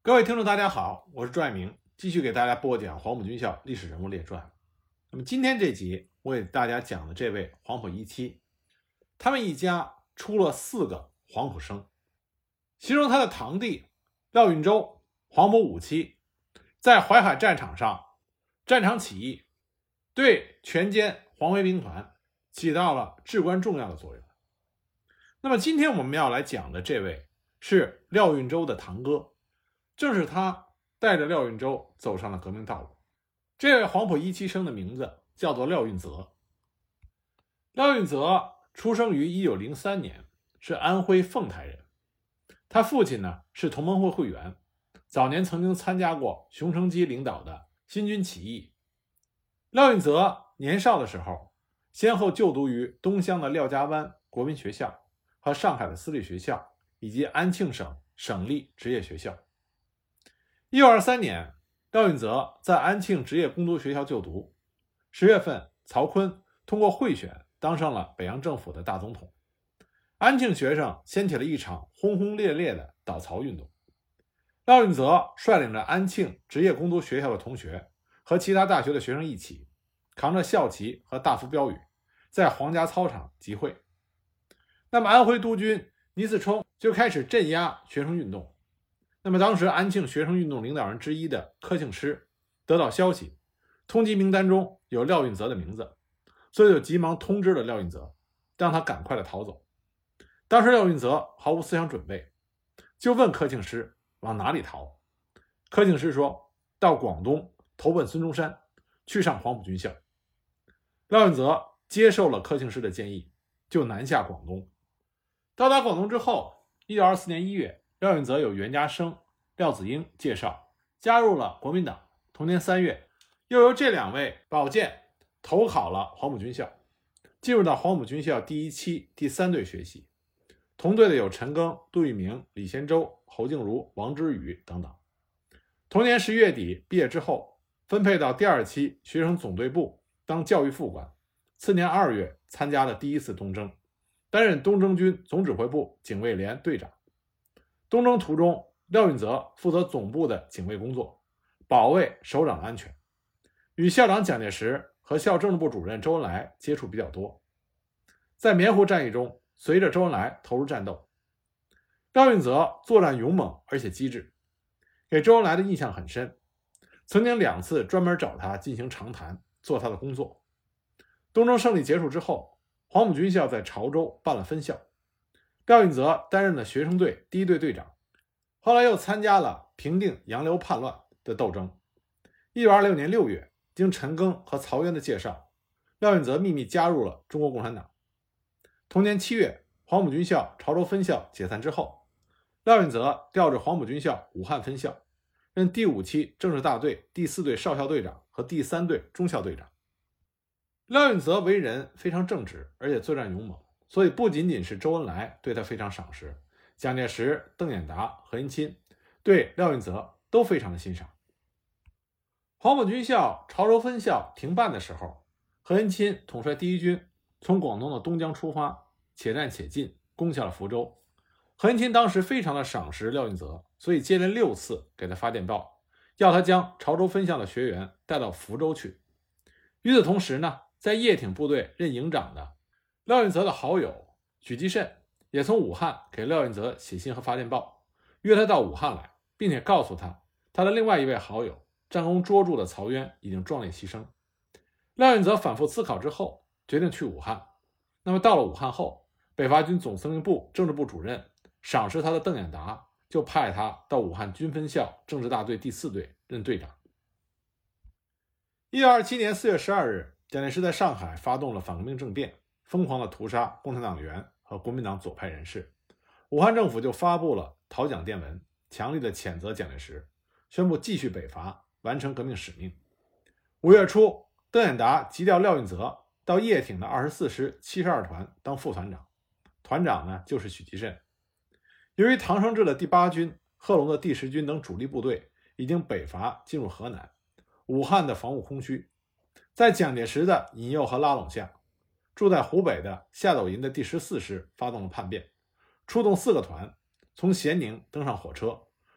各位听众大家好，我是朱爱明，继续给大家播讲黄埔军校历史人物列传。那么今天这集我给大家讲的这位黄埔一期，他们一家出了4个黄埔生，其中他的堂弟廖运周，黄埔5期，在淮海战场上战场起义，对全歼黄维兵团起到了至关重要的作用。那么今天我们要来讲的这位是廖运周的堂哥，正是他带着廖运周走上了革命道路。这位黄埔一期生的名字叫做廖运泽。廖运泽出生于1903年，是安徽凤台人。他父亲呢是同盟会会员，早年曾经参加过熊成基领导的新军起义。廖运泽年少的时候，先后就读于东乡的廖家湾国民学校和上海的私立学校，以及安庆省省立职业学校。1923年，廖运泽在安庆职业工读学校就读。10月份，曹锟通过贿选当上了北洋政府的大总统。安庆学生掀起了一场轰轰烈烈的倒曹运动。廖运泽率领着安庆职业工读学校的同学和其他大学的学生一起，扛着校旗和大幅标语，在皇家操场集会。那么安徽督军倪嗣冲就开始镇压学生运动。那么当时安庆学生运动领导人之一的柯庆施得到消息，通缉名单中有廖运泽的名字，所以就急忙通知了廖运泽，让他赶快的逃走。当时廖运泽毫无思想准备，就问柯庆施往哪里逃。柯庆施说到广东投奔孙中山，去上黄埔军校。廖运泽接受了柯庆施的建议，就南下广东。到达广东之后，1924年1月，廖运泽有袁家生、廖子英介绍加入了国民党。同年3月，又由这2位保荐投考了黄埔军校，进入到黄埔军校第1期第3队学习。同队的有陈赓、杜聿明、李先洲、侯静茹、王之宇等等。同年11月底毕业之后，分配到第2期学生总队部当教育副官。次年2月参加了第1次东征，担任东征军总指挥部警卫连队长。东征途中，廖运泽负责总部的警卫工作，保卫首长的安全，与校长蒋介石和校政治部主任周恩来接触比较多。在棉湖战役中，随着周恩来投入战斗，廖运泽作战勇猛而且机智，给周恩来的印象很深，曾经2次专门找他进行长谈，做他的工作。东征胜利结束之后，黄埔军校在潮州办了分校，廖运泽担任了学生队第1队队长，后来又参加了平定洋流叛乱的斗争。1926年6月，经陈赓和曹渊的介绍，廖运泽秘密加入了中国共产党。同年7月，黄埔军校潮州分校解散之后，廖运泽调至黄埔军校武汉分校，任第5期政治大队第4队少校队长和第3队中校队长。廖运泽为人非常正直，而且作战勇猛，所以不仅仅是周恩来对他非常赏识，蒋介石、邓演达、何应钦对廖运泽都非常的欣赏。黄埔军校潮州分校停办的时候，何应钦统帅第1军从广东的东江出发，且战且进，攻下了福州。何应钦当时非常的赏识廖运泽，所以接连6次给他发电报，要他将潮州分校的学员带到福州去。与此同时呢，在叶挺部队任营长的廖运泽的好友许继慎也从武汉给廖运泽写信和发电报，约他到武汉来，并且告诉他他的另外一位好友战功卓著的曹渊已经壮烈牺牲。廖运泽反复思考之后，决定去武汉。那么到了武汉后，北伐军总司令部政治部主任赏识他的邓演达就派他到武汉军分校政治大队第4队任队长。1927年4月12日，蒋介石在上海发动了反革命政变，疯狂地屠杀共产党员和国民党左派人士。武汉政府就发布了讨蒋电文，强力地谴责蒋介石，宣布继续北伐，完成革命使命。5月初，邓演达急调廖运泽到叶挺的24师72团当副团长，团长呢就是许继慎。由于唐生智的第8军、贺龙的第10军等主力部队已经北伐进入河南，武汉的防务空虚，在蒋介石的引诱和拉拢下，住在湖北的夏斗寅的第14师发动了叛变，出动4个团从咸宁登上火车，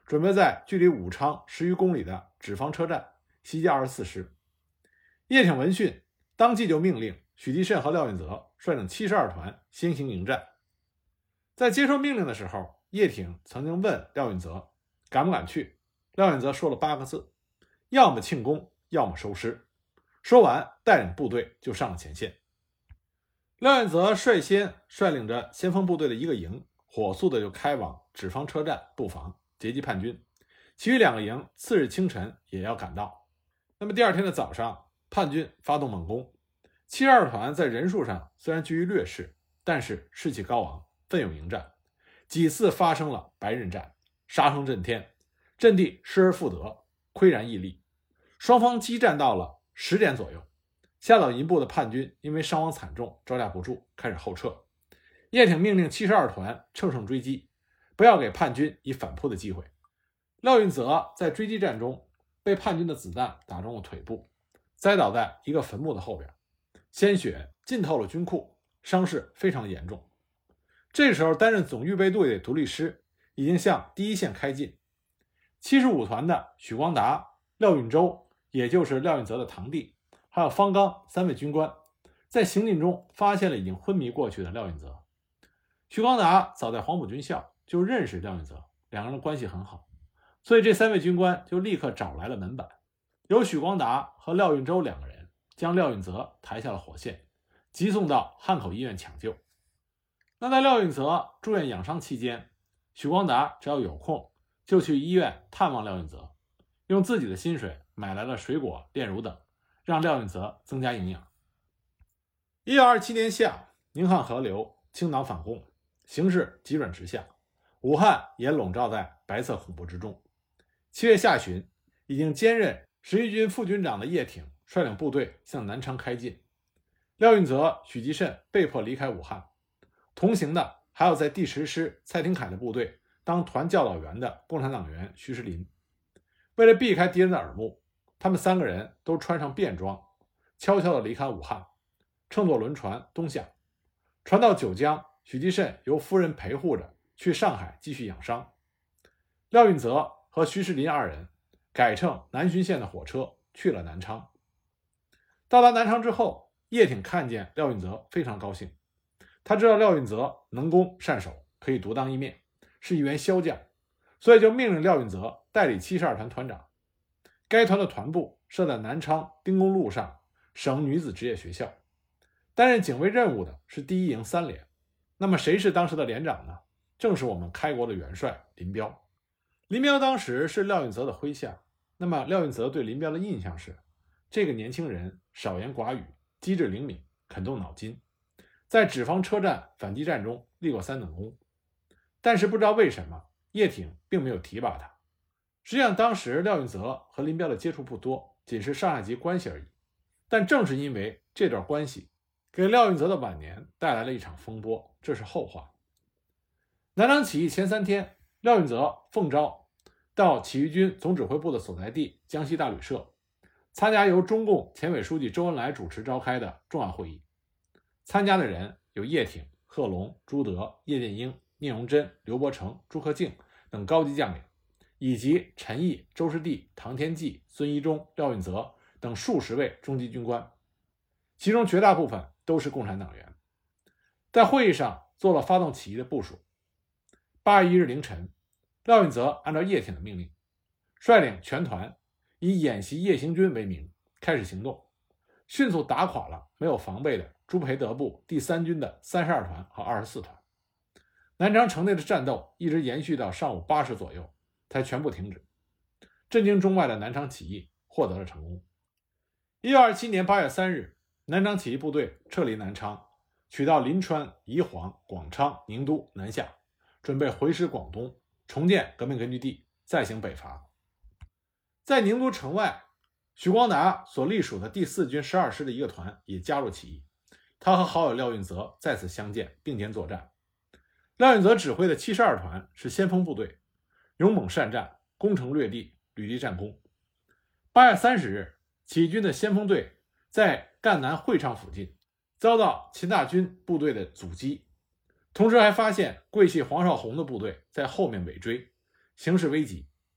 准备在距离武昌10余公里的纸坊车站袭击24师。叶挺闻讯，当即就命令许继慎和廖运泽率领72团先行迎战。在接受命令的时候，叶挺曾经问廖运泽敢不敢去。廖运泽说了8个字：要么庆功，要么收尸。说完，带领部队就上了前线。廖运泽率先率领着先锋部队的一个营，火速的就开往纸坊车站布防，截击叛军。其余2个营次日清晨也要赶到。那么第二天的早上，叛军发动猛攻。72团在人数上虽然居于劣势，但是士气高昂，奋勇迎战，几次发生了白刃战，杀声震天，阵地失而复得，岿然屹立。双方激战到了10点左右，下岛营部的叛军因为伤亡惨重，招架不住，开始后撤。叶挺命令72团乘胜追击，不要给叛军以反扑的机会。廖运泽在追击战中被叛军的子弹打中了腿部，栽倒在一个坟墓的后边，鲜血浸透了军裤，伤势非常的严重。这时候担任总预备队的独立师已经向第一线开进。75团的许光达、廖运周，也就是廖运泽的堂弟，还有方刚3位军官，在行进中发现了已经昏迷过去的廖运泽。许光达早在黄埔军校就认识廖运泽，两个人关系很好，所以这3位军官就立刻找来了门板，由许光达和廖运周2个人将廖运泽抬下了火线，急送到汉口医院抢救。那在廖运泽住院养伤期间，许光达只要有空就去医院探望廖运泽，用自己的薪水买来了水果、炼乳等，让廖运泽增加营养。1927年夏，宁汉合流，清党反共，形势急转直下，武汉也笼罩在白色恐怖之中。7月下旬，已经兼任11军副军长的叶挺率领部队向南昌开进，廖运泽、许继慎被迫离开武汉。同行的还有在第10师蔡廷锴的部队当团教导员的共产党员徐世林。为了避开敌人的耳目，他们3个人都穿上便装，悄悄地离开武汉，乘坐轮船东下。船到九江，许继慎由夫人陪护着去上海继续养伤。廖运泽和徐世林2人改乘南浔线的火车去了南昌。到达南昌之后，叶挺看见廖运泽非常高兴，他知道廖运泽能攻善守，可以独当一面，是一员骁将，所以就命令廖运泽代理72团团长。该团的团部设在南昌丁公路上省女子职业学校，担任警卫任务的是第1营3连。那么谁是当时的连长呢？正是我们开国的元帅林彪。林彪当时是廖运泽的麾下，那么廖运泽对林彪的印象是，这个年轻人少言寡语，机智灵敏，肯动脑筋，在纸坊车站反击战中立过3等功。但是不知道为什么，叶挺并没有提拔他。实际上当时廖运泽和林彪的接触不多，仅是上下级关系而已。但正是因为这段关系，给廖运泽的晚年带来了一场风波，这是后话。南昌起义前3天，廖运泽奉召到起义军总指挥部的所在地江西大旅社，参加由中共前委书记周恩来主持召开的重要会议。参加的人有叶挺、贺龙、朱德、叶剑英、聂荣臻、刘伯承、朱克敬等高级将领，以及陈毅、周士第、唐天济、孙一中、廖运泽等数十位中级军官，其中绝大部分都是共产党员。在会议上做了发动起义的部署。8月1日凌晨，廖运泽按照叶挺的命令，率领全团以演习夜行军为名开始行动，迅速打垮了没有防备的朱培德部第3军的32团和24团。南昌城内的战斗一直延续到上午8时左右才全部停止。震惊中外的南昌起义获得了成功。1927年8月3日，南昌起义部队撤离南昌，取到临川、宜黄、广昌、宁都南下，准备回师广东，重建革命根据地，再行北伐。在宁都城外，许光达所隶属的第4军12师的一个团也加入起义，他和好友廖运泽再次相见，并肩作战。廖运泽指挥的72团是先锋部队，勇猛善战，攻城略地，屡立战功。8月30日，起义军的先锋队在赣南会昌附近遭到秦大军部队的阻击，同时还发现桂系黄绍竑的部队在后面尾追，形势危急。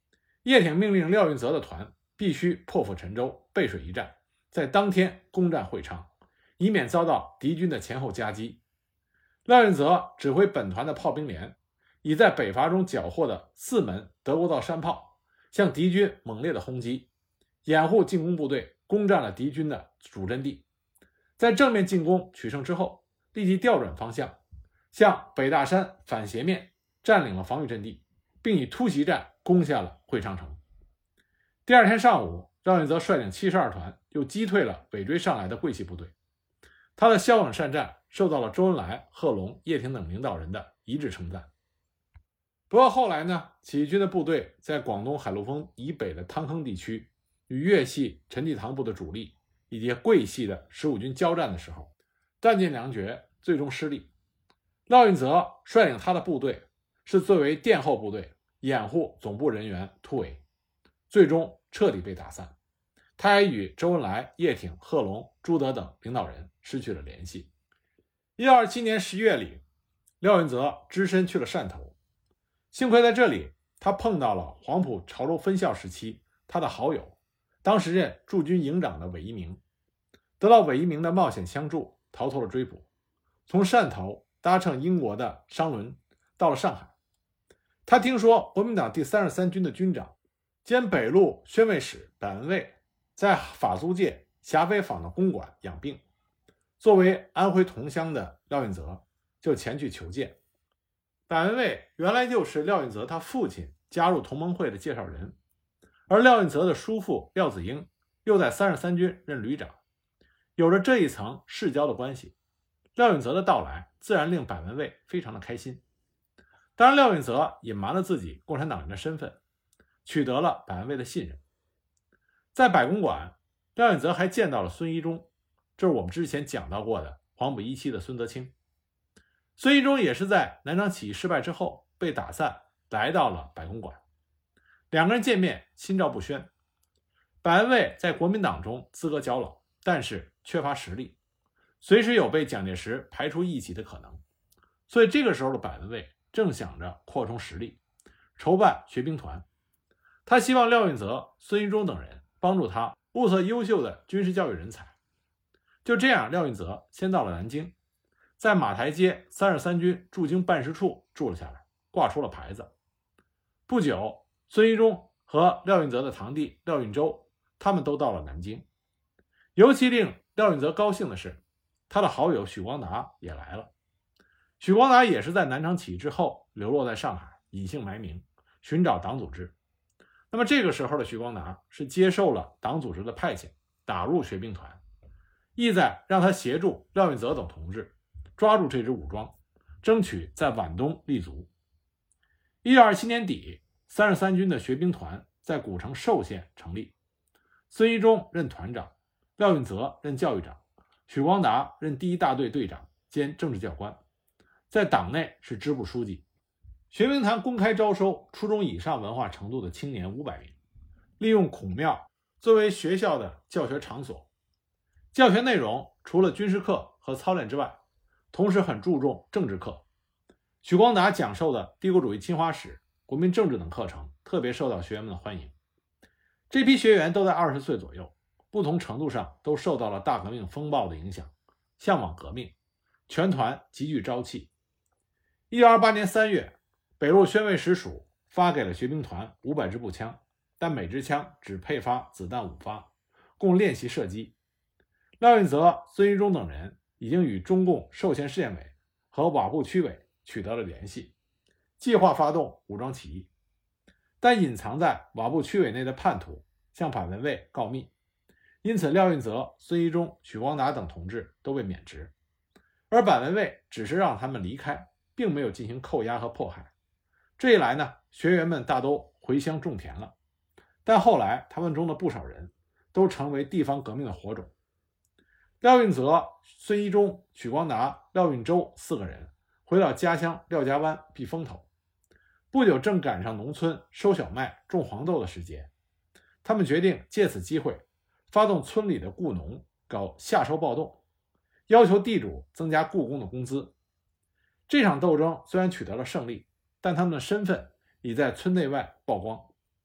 叶挺命令廖运泽的团必须破釜沉舟，背水一战，在当天攻占会昌，以免遭到敌军的前后夹击。廖运泽指挥本团的炮兵连，以在北伐中缴获的4门德国造山炮向敌军猛烈的轰击，掩护进攻部队攻占了敌军的主阵地。在正面进攻取胜之后，立即调转方向，向北大山反斜面占领了防御阵地，并以突袭战攻下了会昌城。第二天上午，廖运泽率领72团又击退了尾追上来的桂系部队。他的骁勇善战受到了周恩来、贺龙、叶挺等领导人的一致称赞。不过后来呢，起义军的部队在广东海陆丰以北的汤坑地区与粤系陈济棠部的主力以及桂系的15军交战的时候，弹尽粮绝，最终失利。廖运泽率领他的部队是作为殿后部队掩护总部人员突围，最终彻底被打散。他也与周恩来、叶挺、贺龙、朱德等领导人失去了联系。1927年10月里，廖运泽只身去了汕头，幸亏在这里他碰到了黄埔潮州分校时期他的好友，当时任驻军营长的韦一鸣，得到韦一鸣的冒险相助，逃脱了追捕，从汕头搭乘英国的商轮到了上海。他听说国民党第33军的军长兼北路宣慰使百文蔚在法租界霞飞坊的公馆养病，作为安徽同乡的廖运泽就前去求见。百文蔚原来就是廖运泽他父亲加入同盟会的介绍人，而廖运泽的叔父廖子英又在33军任旅长，有着这一层世交的关系，廖运泽的到来自然令百文蔚非常的开心。当然，廖运泽隐瞒了自己共产党人的身份，取得了百文蔚的信任。在百公馆，廖运泽还见到了孙一中，这是我们之前讲到过的黄埔一期的孙德清。孙一中也是在南昌起义失败之后被打散，来到了百公馆。两个人见面，心照不宣。百文蔚在国民党中资格较老，但是缺乏实力，随时有被蒋介石排除异己的可能。所以这个时候的百文蔚正想着扩充实力，筹办学兵团。他希望廖运泽、孙一中等人帮助他物色优秀的军事教育人才。就这样，廖运泽先到了南京，在马台街33军驻京办事处住了下来，挂出了牌子。不久，孙一中和廖运泽的堂弟廖运周他们都到了南京。尤其令廖运泽高兴的是，他的好友许光达也来了。许光达也是在南昌起义之后流落在上海，隐姓埋名寻找党组织。那么这个时候的许光达是接受了党组织的派遣，打入学兵团，意在让他协助廖运泽等同志抓住这支武装，争取在皖东立足。1927年底，33军的学兵团在古城寿县成立，孙一中任团长，廖运泽任教育长，许光达任第1大队队长兼政治教官，在党内是支部书记。学兵团公开招收初中以上文化程度的青年500名，利用孔庙作为学校的教学场所。教学内容除了军事课和操练之外，同时很注重政治课。许光达讲授的帝国主义侵华史、国民政治等课程特别受到学员们的欢迎。这批学员都在20岁左右，不同程度上都受到了大革命风暴的影响，向往革命，全团极具朝气。1928年3月，北路宣慰使署发给了学兵团500支步枪，但每支枪只配发子弹5发，供练习射击。廖运泽、孙一中等人已经与中共寿县市县委和瓦布区委取得了联系，计划发动武装起义。但隐藏在瓦布区委内的叛徒向百文蔚告密，因此廖运泽、孙一中、许光达等同志都被免职，而百文蔚只是让他们离开，并没有进行扣押和迫害。这一来呢，学员们大都回乡种田了，但后来他们中的不少人都成为地方革命的火种。廖运泽、孙一中、许光达、廖运周4个人回到家乡廖家湾避风头。不久正赶上农村收小麦、种黄豆的时节，他们决定借此机会发动村里的雇农搞夏收暴动，要求地主增加雇工的工资。这场斗争虽然取得了胜利，但他们的身份已在村内外曝光。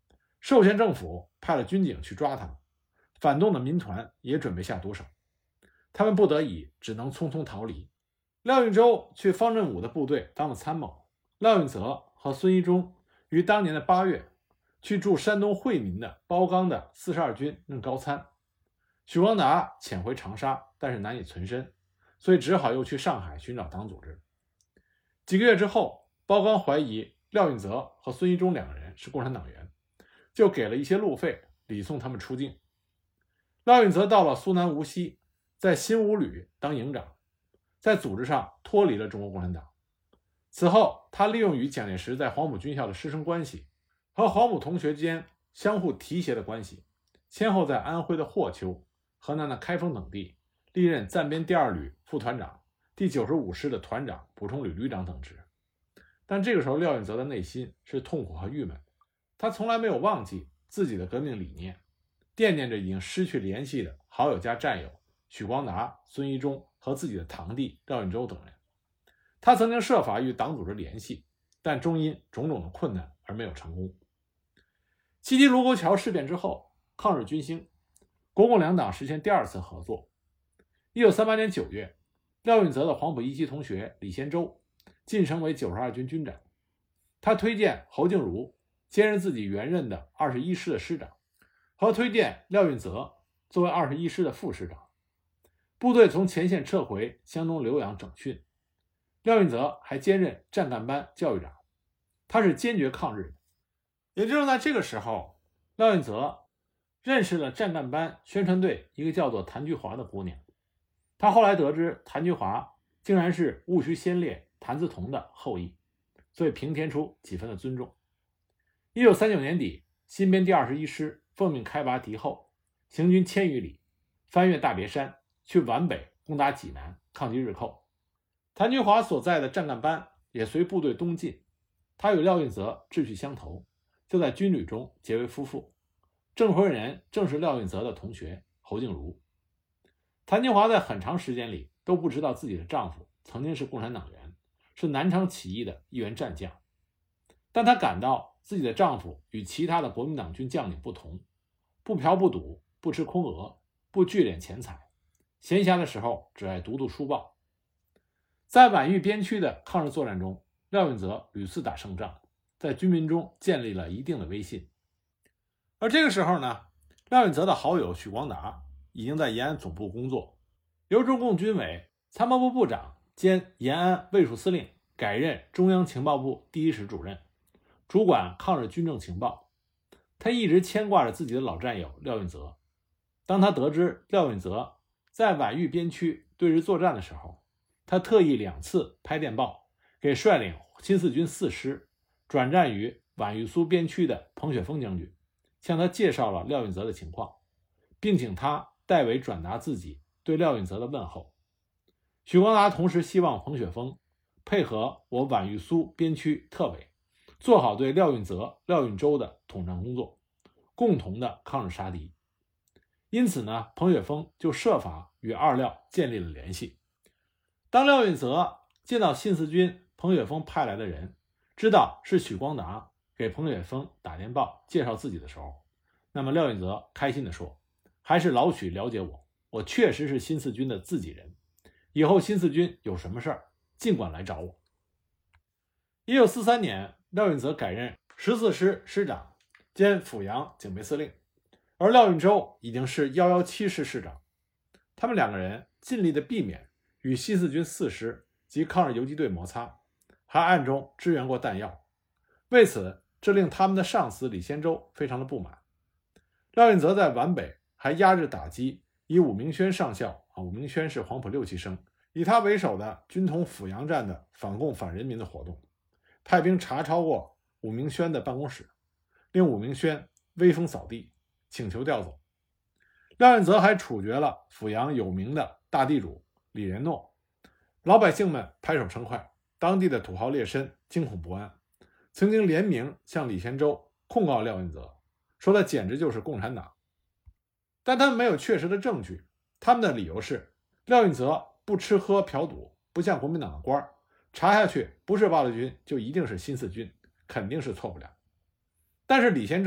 授县政府派了军警去抓他们，反动的民团也准备下毒手，他们不得已只能匆匆逃离。廖运周去方振武的部队当了参谋，廖运泽和孙一中于当年的8月去驻山东惠民的包钢的42军任高参。许光达潜回长沙，但是难以存身，所以只好又去上海寻找党组织。几个月之后，包钢怀疑廖运泽和孙一中2个人是共产党员，就给了一些路费礼送他们出境。廖运泽到了苏南无锡，在新五旅当营长，在组织上脱离了中国共产党。此后，他利用与蒋介石在黄埔军校的师生关系和黄埔同学间相互提携的关系，先后在安徽的霍丘、河南的开封等地历任暂编第2旅副团长、第95师的团长、补充旅旅长等职。但这个时候，廖运泽的内心是痛苦和郁闷，他从来没有忘记自己的革命理念，惦念着已经失去联系的好友加战友许光达、孙一中和自己的堂弟廖运周等人。他曾经设法与党组织联系，但终因种种的困难而没有成功。七七卢沟桥事变之后，抗日军兴，国共两党实现第2次合作。1938年9月，廖运泽的黄埔一期同学李先洲晋升为92军军长，他推荐侯静茹兼任自己原任的21师的师长，和推荐廖运泽作为21师的副师长。部队从前线撤回湘东浏阳整训，廖运泽还兼任战干班教育长，他是坚决抗日的。也正是在这个时候，廖运泽认识了战干班宣传队一个叫做谭菊华的姑娘。他后来得知谭菊华竟然是戊戌先烈谭嗣同的后裔，所以平添出几分的尊重。1939年底，新编第21师奉命开拔敌后，行军1000余里，翻越大别山，去皖北攻打济南，抗击日寇。谭菊华所在的战干班也随部队东进，他与廖运泽志趣相投，就在军旅中结为夫妇。证婚人正是廖运泽的同学侯静茹。谭菊华在很长时间里都不知道自己的丈夫曾经是共产党员，是南昌起义的一员战将，但她感到自己的丈夫与其他的国民党军将领不同，不嫖不赌，不吃空鹅，不聚敛钱财，闲暇的时候只爱读读书报。在皖豫边区的抗日作战中，廖运泽屡次打胜仗，在军民中建立了一定的威信。而这个时候呢，廖运泽的好友许光达已经在延安总部工作，由中共军委参谋部部长兼延安卫戍司令改任中央情报部第1室主任，主管抗日军政情报。他一直牵挂着自己的老战友廖运泽。当他得知廖运泽在皖豫边区对日作战的时候，他特意2次拍电报给率领新四军4师转战于皖豫苏边区的彭雪枫将军，向他介绍了廖运泽的情况，并请他代为转达自己对廖运泽的问候。许光达同时希望彭雪枫配合我皖豫苏边区特委，做好对廖运泽、廖运周的统战工作，共同的抗日杀敌。因此呢，彭雪枫就设法与2廖建立了联系。当廖运泽见到新四军彭雪枫派来的人，知道是许光达给彭雪枫打电报介绍自己的时候，那么廖运泽开心地说，还是老许了解我，我确实是新四军的自己人，以后新四军有什么事儿尽管来找我。1943年，廖运泽改任14师师长兼阜阳警备司令，而廖运周已经是117师师长。他们2个人尽力地避免与新四军4师及抗日游击队摩擦，还暗中支援过弹药。为此，这令他们的上司李先洲非常的不满。廖运泽在皖北还压制打击以武明轩上校武明轩是黄埔6期生，以他为首的军统阜阳站的反共反人民的活动，派兵查抄过武明轩的办公室，令武明轩威风扫地，请求调走。廖运泽还处决了阜阳有名的大地主李仁诺，老百姓们拍手称快，当地的土豪劣绅惊恐不安，曾经联名向李先洲控告廖运泽，说他简直就是共产党。但他们没有确实的证据，他们的理由是廖运泽不吃喝嫖赌，不像国民党的官，查下去不是八路军就一定是新四军，肯定是错不了。但是李先洲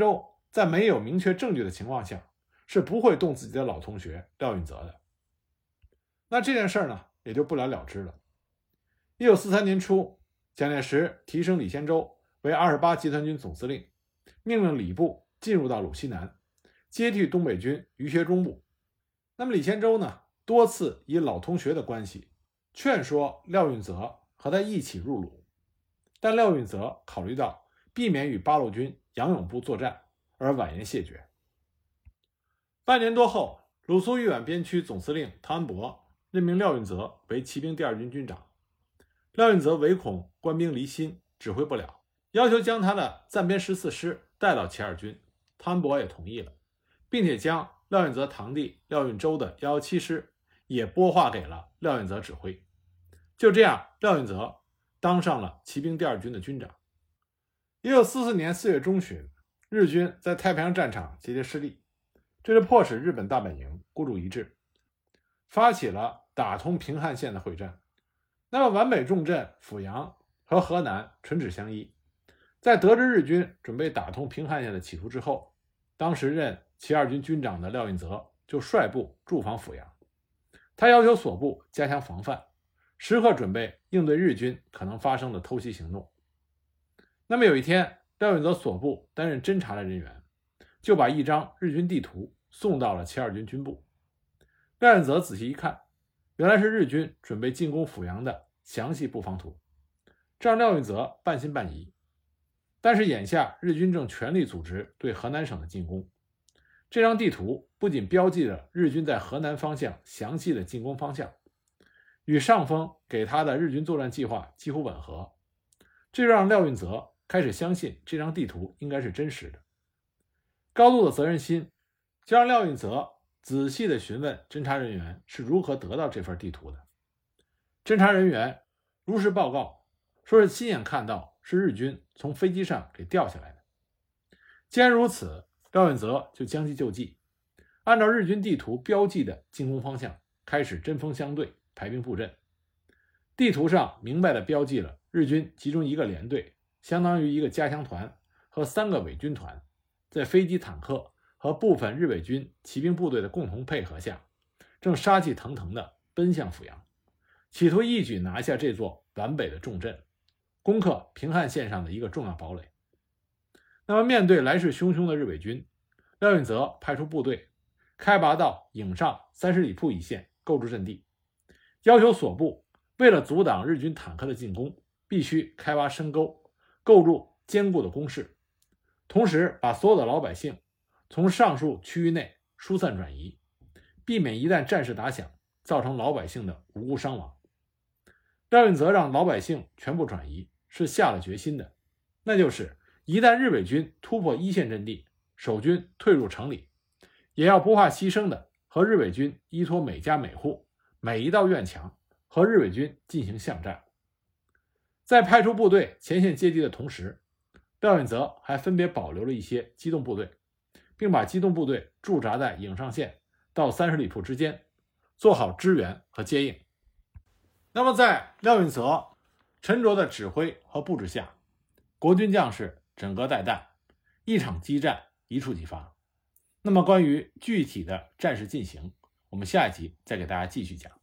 在没有明确证据的情况下，是不会动自己的老同学廖运泽的。那这件事呢，也就不了了之了。1943年初，蒋介石提升李先洲为28集团军总司令，命令礼部进入到鲁西南，接替东北军余学忠部。那么李先洲呢，多次以老同学的关系劝说廖运泽和他一起入鲁，但廖运泽考虑到避免与八路军杨永部作战，而婉言谢绝。半年多后，鲁苏豫皖边区总司令汤恩伯任命廖运泽为骑兵第2军军长。廖运泽唯恐官兵离心，指挥不了，要求将他的暂编14师带到其2军，汤恩伯也同意了，并且将廖运泽堂弟廖运周的117师也拨划给了廖运泽指挥。就这样，廖运泽当上了骑兵第2军的军长。1944年4月中旬，日军在太平洋战场节节失利，这就迫使日本大本营孤注一掷，发起了打通平汉线的会战。那么皖北重镇阜阳和河南唇齿相依，在得知日军准备打通平汉线的企图之后，当时任骑2军军长的廖运泽就率部驻防阜阳。他要求所部加强防范，时刻准备应对日军可能发生的偷袭行动。那么有一天，廖运泽所部担任侦察的人员就把一张日军地图送到了骑2军军部。廖运泽仔细一看，原来是日军准备进攻阜阳的详细布防图，这让廖运泽半信半疑。但是眼下日军正全力组织对河南省的进攻，这张地图不仅标记了日军在河南方向详细的进攻方向，与上峰给他的日军作战计划几乎吻合，这就让廖运泽开始相信这张地图应该是真实的。高度的责任心就让廖运泽仔细地询问侦察人员是如何得到这份地图的。侦察人员如实报告，说是亲眼看到是日军从飞机上给掉下来的。既然如此，廖运泽就将计就计，按照日军地图标记的进攻方向开始针锋相对，排兵布阵。地图上明白地标记了日军其中一个连队，相当于一个加强团和3个伪军团，在飞机、坦克和部分日伪军骑兵部队的共同配合下，正杀气腾腾地奔向阜阳，企图一举拿下这座皖北的重镇，攻克平汉线上的一个重要堡垒。那么面对来势汹汹的日伪军，廖运泽派出部队开拔到颍上30里铺一线构筑阵地，要求所部为了阻挡日军坦克的进攻，必须开挖深沟，构筑坚固的工事，同时把所有的老百姓从上述区域内疏散转移，避免一旦战事打响，造成老百姓的无辜伤亡。廖运泽让老百姓全部转移是下了决心的，那就是一旦日伪军突破一线阵地，守军退入城里，也要不怕牺牲的和日伪军依托每家每户每一道院墙，和日伪军进行巷战。在派出部队前线接机的同时，廖运泽还分别保留了一些机动部队，并把机动部队驻扎在颍上线到30里铺之间，做好支援和接应。那么在廖运泽沉着的指挥和布置下，国军将士枕戈待旦，一场激战一触即发。那么关于具体的战事进行，我们下一集再给大家继续讲。